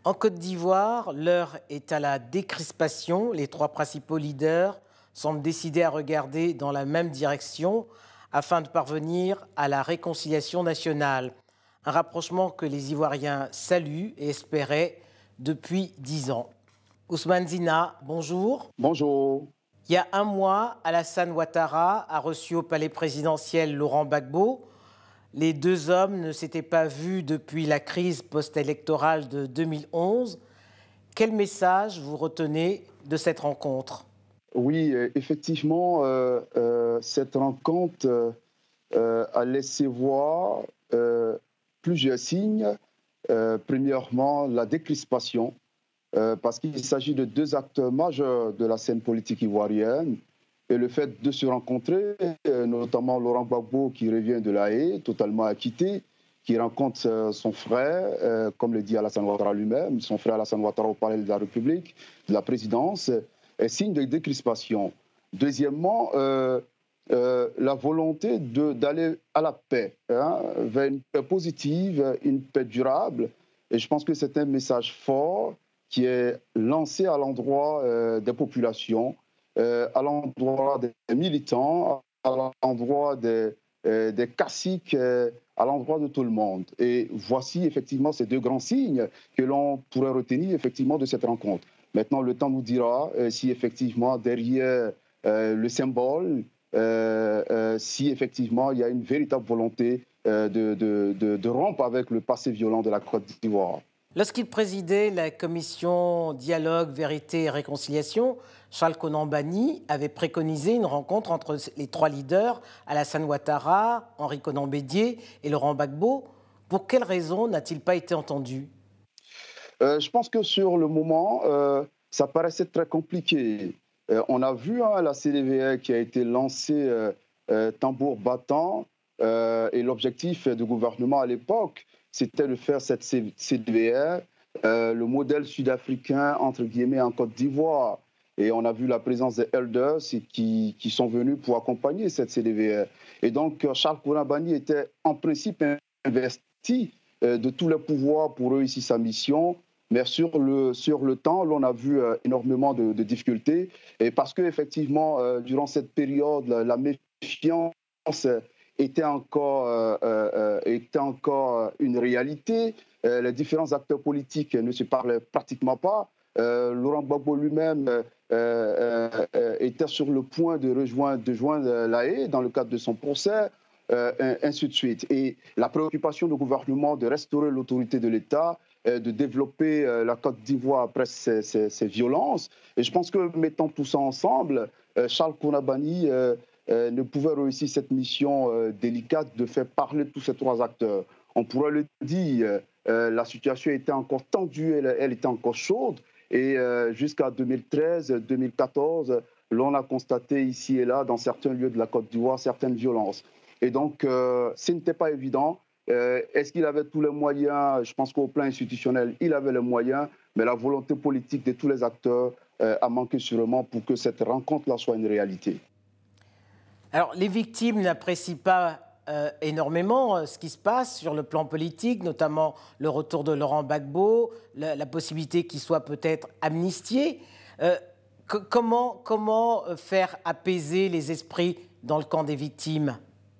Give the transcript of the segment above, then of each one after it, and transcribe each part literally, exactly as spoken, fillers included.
En Côte d'Ivoire, l'heure est à la décrispation. Les trois principaux leaders semblent décidés à regarder dans la même direction afin de parvenir à la réconciliation nationale. Un rapprochement que les Ivoiriens saluent et espéraient depuis dix ans. Ousmane Zina, bonjour. Bonjour. Il y a un mois, Alassane Ouattara a reçu au palais présidentiel Laurent Gbagbo. Les deux hommes ne s'étaient pas vus depuis la crise post-électorale de deux mille onze. Quel message vous retenez de cette rencontre ? Oui, effectivement, euh, euh, cette rencontre euh, a laissé voir euh, plusieurs signes. Euh, premièrement, la décrispation, euh, parce qu'il s'agit de deux acteurs majeurs de la scène politique ivoirienne. Et le fait de se rencontrer, euh, notamment Laurent Gbagbo qui revient de La Haye, totalement acquitté, qui rencontre euh, son frère, euh, comme le dit Alassane Ouattara lui-même, son frère Alassane Ouattara au palais de la République, de la présidence, est signe de décrispation. Deuxièmement, euh, euh, la volonté d'aller à la paix, hein, vers une paix positive, une paix durable. Et je pense que c'est un message fort qui est lancé à l'endroit euh, des populations, euh, à l'endroit des militants, à l'endroit des, euh, des caciques, euh, à l'endroit de tout le monde. Et voici effectivement ces deux grands signes que l'on pourrait retenir effectivement de cette rencontre. Maintenant, le temps nous dira euh, si effectivement derrière euh, le symbole, euh, euh, si effectivement il y a une véritable volonté euh, de, de, de, de rompre avec le passé violent de la Côte d'Ivoire. Lorsqu'il présidait la commission Dialogue, Vérité et Réconciliation, Charles Konan Banny avait préconisé une rencontre entre les trois leaders, Alassane Ouattara, Henri Konan Bédié et Laurent Gbagbo. Pour quelles raisons n'a-t-il pas été entendu ? euh, Je pense que sur le moment, euh, ça paraissait très compliqué. Euh, on a vu hein, la C D V R qui a été lancée euh, euh, tambour battant, euh, et l'objectif du gouvernement à l'époque, c'était de faire cette C D V R euh, le modèle sud-africain, entre guillemets, en Côte d'Ivoire. Et on a vu la présence des elders qui, qui sont venus pour accompagner cette C D V R. Et donc, Charles Konan Banny était en principe investi euh, de tous les pouvoirs pour réussir sa mission. Mais sur le, sur le temps, l'on a vu euh, énormément de, de difficultés. Et parce qu'effectivement, euh, durant cette période, la, la méfiance était encore, euh, euh, était encore une réalité. Euh, les différents acteurs politiques ne se parlaient pratiquement pas. Euh, Laurent Gbagbo lui-même euh, euh, euh, était sur le point de rejoindre, de joindre La Haye dans le cadre de son procès, euh, ainsi de suite. Et la préoccupation du gouvernement de restaurer l'autorité de l'État, euh, de développer euh, la Côte d'Ivoire après ces, ces, ces violences. Et je pense que mettant tout ça ensemble, euh, Charles Konan Banny euh, euh, ne pouvait réussir cette mission euh, délicate de faire parler tous ces trois acteurs. On pourrait le dire, euh, la situation était encore tendue, elle, elle était encore chaude. Et euh, jusqu'à deux mille treize, deux mille quatorze, l'on a constaté ici et là, dans certains lieux de la Côte d'Ivoire, certaines violences. Et donc, euh, ce n'était pas évident. Euh, Est-ce qu'il avait tous les moyens? Je pense qu'au plan institutionnel, il avait les moyens, mais la volonté politique de tous les acteurs euh, a manqué sûrement pour que cette rencontre-là soit une réalité. Alors, les victimes n'apprécient pas euh, énormément euh, ce qui se passe sur le plan politique, notamment le retour de Laurent Gbagbo, la, la possibilité qu'il soit peut-être amnistié. Euh, comment, comment faire apaiser les esprits dans le camp des victimes ?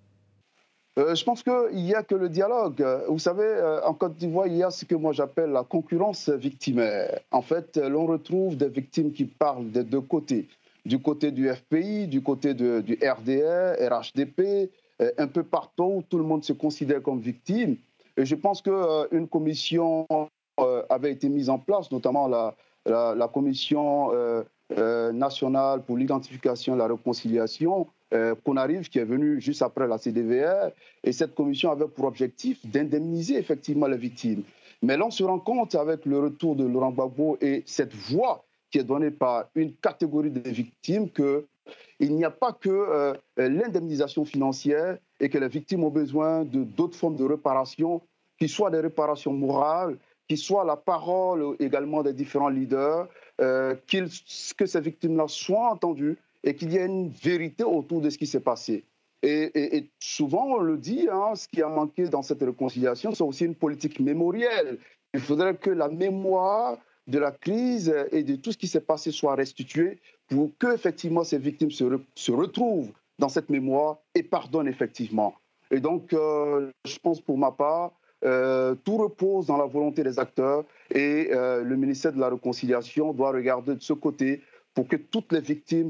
Euh, je pense qu'il n'y a que le dialogue. Vous savez, euh, en Côte d'Ivoire, il y a ce que moi j'appelle la concurrence victimaire. En fait, l'on retrouve des victimes qui parlent des deux côtés. Du côté du F P I, du côté de, du R D R, R H D P, euh, un peu partout, tout le monde se considère comme victime. Et je pense qu'une euh, commission euh, avait été mise en place, notamment la, la, la commission euh, euh, nationale pour l'identification et la réconciliation, euh, qu'on arrive, qui est venue juste après la C D V R. Et cette commission avait pour objectif d'indemniser effectivement les victimes. Mais là, on se rend compte avec le retour de Laurent Gbagbo et cette voix qui est donnée par une catégorie de victimes qu'il n'y a pas que euh, l'indemnisation financière et que les victimes ont besoin de d'autres formes de réparation, qui soient des réparations morales, qui soient la parole également des différents leaders, euh, que ces victimes-là soient entendues et qu'il y ait une vérité autour de ce qui s'est passé. Et, et, et souvent, on le dit, hein, ce qui a manqué dans cette réconciliation, c'est aussi une politique mémorielle Il faudrait que la mémoire de la crise et de tout ce qui s'est passé soit restituée pour que effectivement ces victimes se, re- se retrouvent dans cette mémoire et pardonnent effectivement. Et donc, euh, je pense pour ma part, euh, tout repose dans la volonté des acteurs et euh, le ministère de la Réconciliation doit regarder de ce côté pour que toutes les victimes,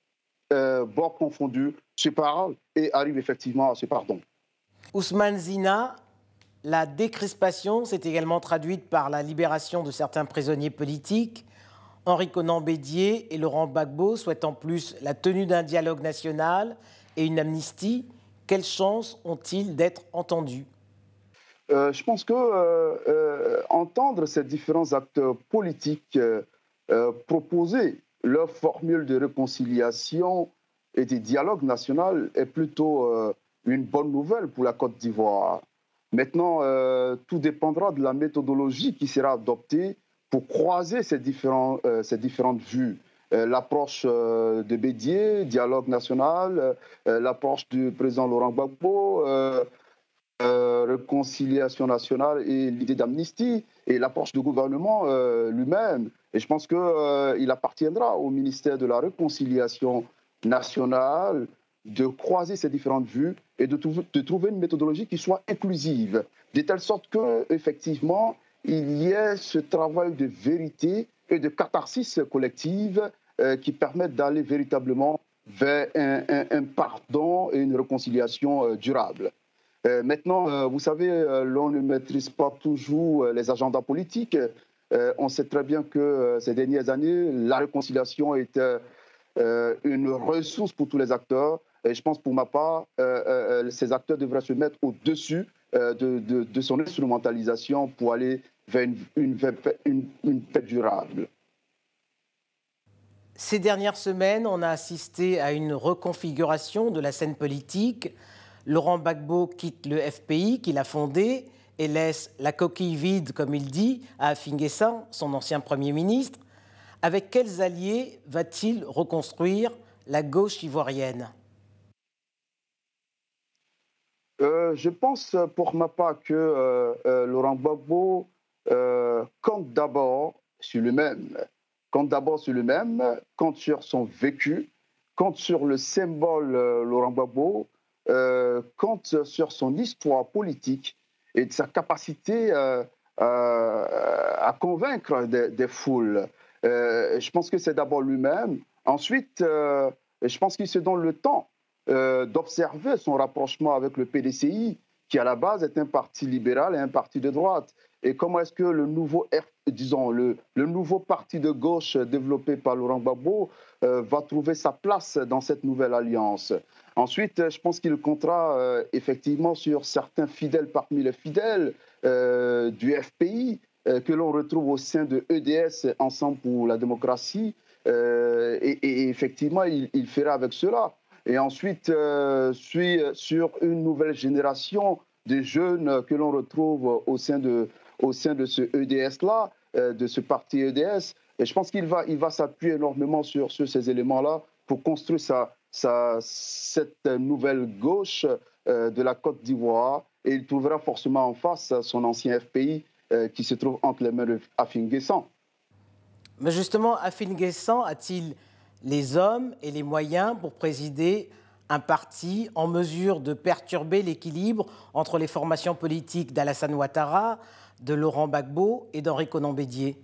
euh, bords confondus, se parlent et arrivent effectivement à ce pardon. Ousmane Zina, la décrispation s'est également traduite par la libération de certains prisonniers politiques. Henri Konan Bédier et Laurent Gbagbo souhaitent en plus la tenue d'un dialogue national et une amnistie. Quelles chances ont-ils d'être entendus? Euh, je pense que euh, euh, entendre ces différents acteurs politiques euh, euh, proposer leur formule de réconciliation et de dialogue national est plutôt euh, une bonne nouvelle pour la Côte d'Ivoire. Maintenant, euh, tout dépendra de la méthodologie qui sera adoptée pour croiser ces, différents, euh, ces différentes vues. Euh, l'approche euh, de Bédier, dialogue national, euh, l'approche du président Laurent Gbagbo, euh, euh, réconciliation nationale et l'idée d'amnistie et l'approche du gouvernement euh, lui-même. Et je pense qu'il euh, appartiendra au ministère de la Réconciliation nationale de croiser ces différentes vues et de, de trouver une méthodologie qui soit inclusive, de telle sorte qu'effectivement, il y ait ce travail de vérité et de catharsis collective euh, qui permettent d'aller véritablement vers un, un, un pardon et une réconciliation euh, durable. Euh, maintenant, euh, vous savez, euh, l'on ne maîtrise pas toujours euh, les agendas politiques. Euh, on sait très bien que euh, ces dernières années, la réconciliation était euh, une ressource pour tous les acteurs. Et je pense, pour ma part, euh, euh, ces acteurs devraient se mettre au-dessus euh, de, de, de son instrumentalisation pour aller vers une, une, une, une paix durable. Ces dernières semaines, on a assisté à une reconfiguration de la scène politique. Laurent Gbagbo quitte le F P I qu'il a fondé et laisse la coquille vide, comme il dit, à Afin-Guessan, son ancien Premier ministre. Avec quels alliés va-t-il reconstruire la gauche ivoirienne? Euh, je pense pour ma part que euh, euh, Laurent Gbagbo euh, compte d'abord sur lui-même, compte d'abord sur lui-même, compte sur son vécu, compte sur le symbole euh, Laurent Gbagbo, euh, compte sur son histoire politique et de sa capacité euh, euh, à convaincre des, des foules. Euh, je pense que c'est d'abord lui-même. Ensuite, euh, je pense qu'il se donne le temps euh, d'observer son rapprochement avec le P D C I, qui à la base est un parti libéral et un parti de droite. Et comment est-ce que le nouveau, disons, le, le nouveau parti de gauche développé par Laurent Gbagbo euh, va trouver sa place dans cette nouvelle alliance? Ensuite, je pense qu'il comptera euh, effectivement sur certains fidèles parmi les fidèles euh, du F P I euh, que l'on retrouve au sein de E D S, Ensemble pour la démocratie. Euh, et, et, effectivement, il, il fera avec cela. Et ensuite, euh, suis sur une nouvelle génération de jeunes que l'on retrouve au sein de, au sein de ce E D S-là, euh, de ce parti E D S. Et je pense qu'il va, il va s'appuyer énormément sur, sur ces éléments-là pour construire sa, sa, cette nouvelle gauche euh, de la Côte d'Ivoire. Et il trouvera forcément en face son ancien F P I euh, qui se trouve entre les mains de Afin-Guessan. Mais justement, Afin-Guessan a-t-il les hommes et les moyens pour présider un parti en mesure de perturber l'équilibre entre les formations politiques d'Alassane Ouattara, de Laurent Gbagbo et d'Henri Konan Bédier?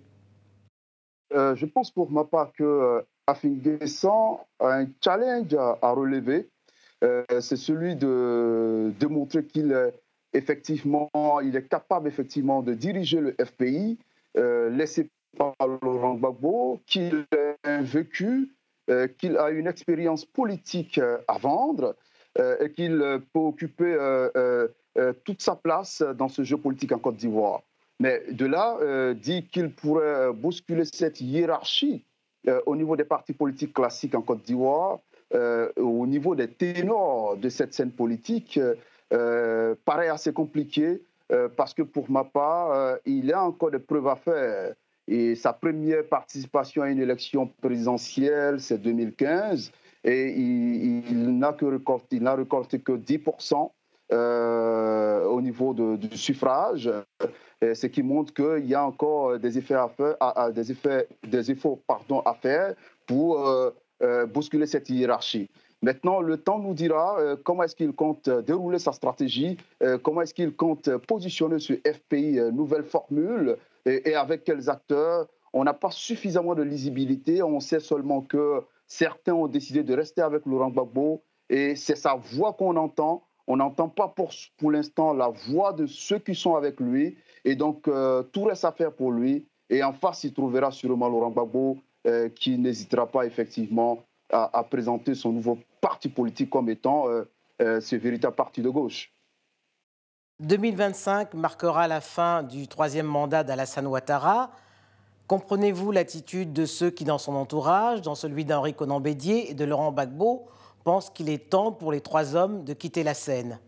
euh, Je pense pour ma part que euh, Afin-Guessan a un challenge à, à relever. Euh, c'est celui de démontrer qu'il est effectivement, il est capable effectivement de diriger le F P I, euh, laissé par Laurent Gbagbo, qu'il a vécu, euh, qu'il a une expérience politique euh, à vendre euh, et qu'il peut occuper euh, euh, euh, toute sa place dans ce jeu politique en Côte d'Ivoire. Mais de là, euh, dit qu'il pourrait bousculer cette hiérarchie euh, au niveau des partis politiques classiques en Côte d'Ivoire, euh, au niveau des ténors de cette scène politique, euh, paraît assez compliqué euh, parce que pour ma part, euh, il y a encore des preuves à faire. Et sa première participation à une élection présidentielle, c'est deux mille quinze, et il, il n'a que récolté, il n'a récolté que dix pour cent euh, au niveau niveau de, du suffrage, et ce qui montre qu'il y a encore des effets à faire, à, à, des effets, des efforts pardon, à faire pour euh, euh, bousculer cette hiérarchie. Maintenant, le temps nous dira euh, comment est-ce qu'il compte dérouler sa stratégie, euh, comment est-ce qu'il compte positionner ce F P I euh, nouvelle formule et, et avec quels acteurs. On n'a pas suffisamment de lisibilité. On sait seulement que certains ont décidé de rester avec Laurent Gbagbo et c'est sa voix qu'on entend. On n'entend pas pour, pour l'instant la voix de ceux qui sont avec lui. Et donc, euh, tout reste à faire pour lui. Et en face, il trouvera sûrement Laurent Gbagbo euh, qui n'hésitera pas effectivement à, à présenter son nouveau parti politique comme étant euh, euh, ce véritable parti de gauche. deux mille vingt-cinq marquera la fin du troisième mandat d'Alassane Ouattara. Comprenez-vous l'attitude de ceux qui, dans son entourage, dans celui d'Henri Konan Bédié et de Laurent Gbagbo, pensent qu'il est temps pour les trois hommes de quitter la scène?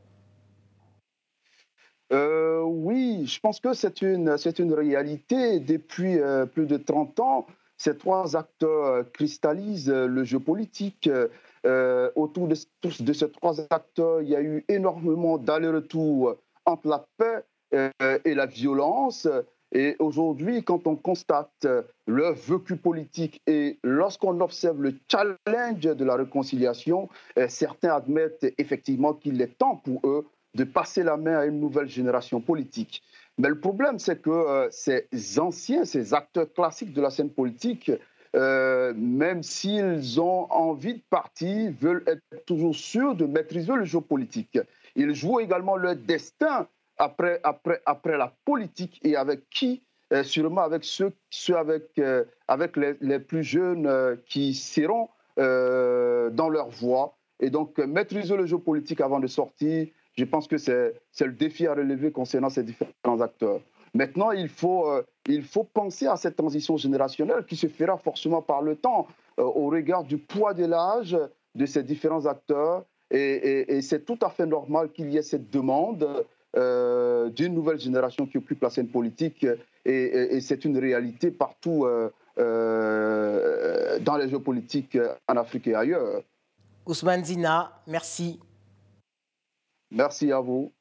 Euh, oui, je pense que c'est une, c'est une réalité. Depuis euh, plus de trente ans, ces trois acteurs cristallisent euh, le jeu politique. Euh, autour de, tous de ces trois acteurs, il y a eu énormément d'allers-retours entre la paix euh, et la violence. Et aujourd'hui, quand on constate leur vécu politique et lorsqu'on observe le challenge de la réconciliation, euh, certains admettent effectivement qu'il est temps pour eux de passer la main à une nouvelle génération politique. Mais le problème, c'est que euh, ces anciens, ces acteurs classiques de la scène politique, euh, même s'ils ont envie de partir, veulent être toujours sûrs de maîtriser le jeu politique. Ils jouent également leur destin après, après, après la politique et avec qui euh, sûrement avec ceux, ceux avec, euh, avec les, les, plus jeunes euh, qui seront euh, dans leur voie. Et donc, euh, maîtriser le jeu politique avant de sortir, je pense que c'est le défi à relever concernant ces différents acteurs. Maintenant, il faut, euh, il faut penser à cette transition générationnelle qui se fera forcément par le temps, euh, au regard du poids de l'âge de ces différents acteurs. Et, et, et c'est tout à fait normal qu'il y ait cette demande euh, d'une nouvelle génération qui occupe la scène politique. Et, et, et c'est une réalité partout euh, euh, dans les jeux politiques en Afrique et ailleurs. Ousmane Zina, merci. Merci à vous.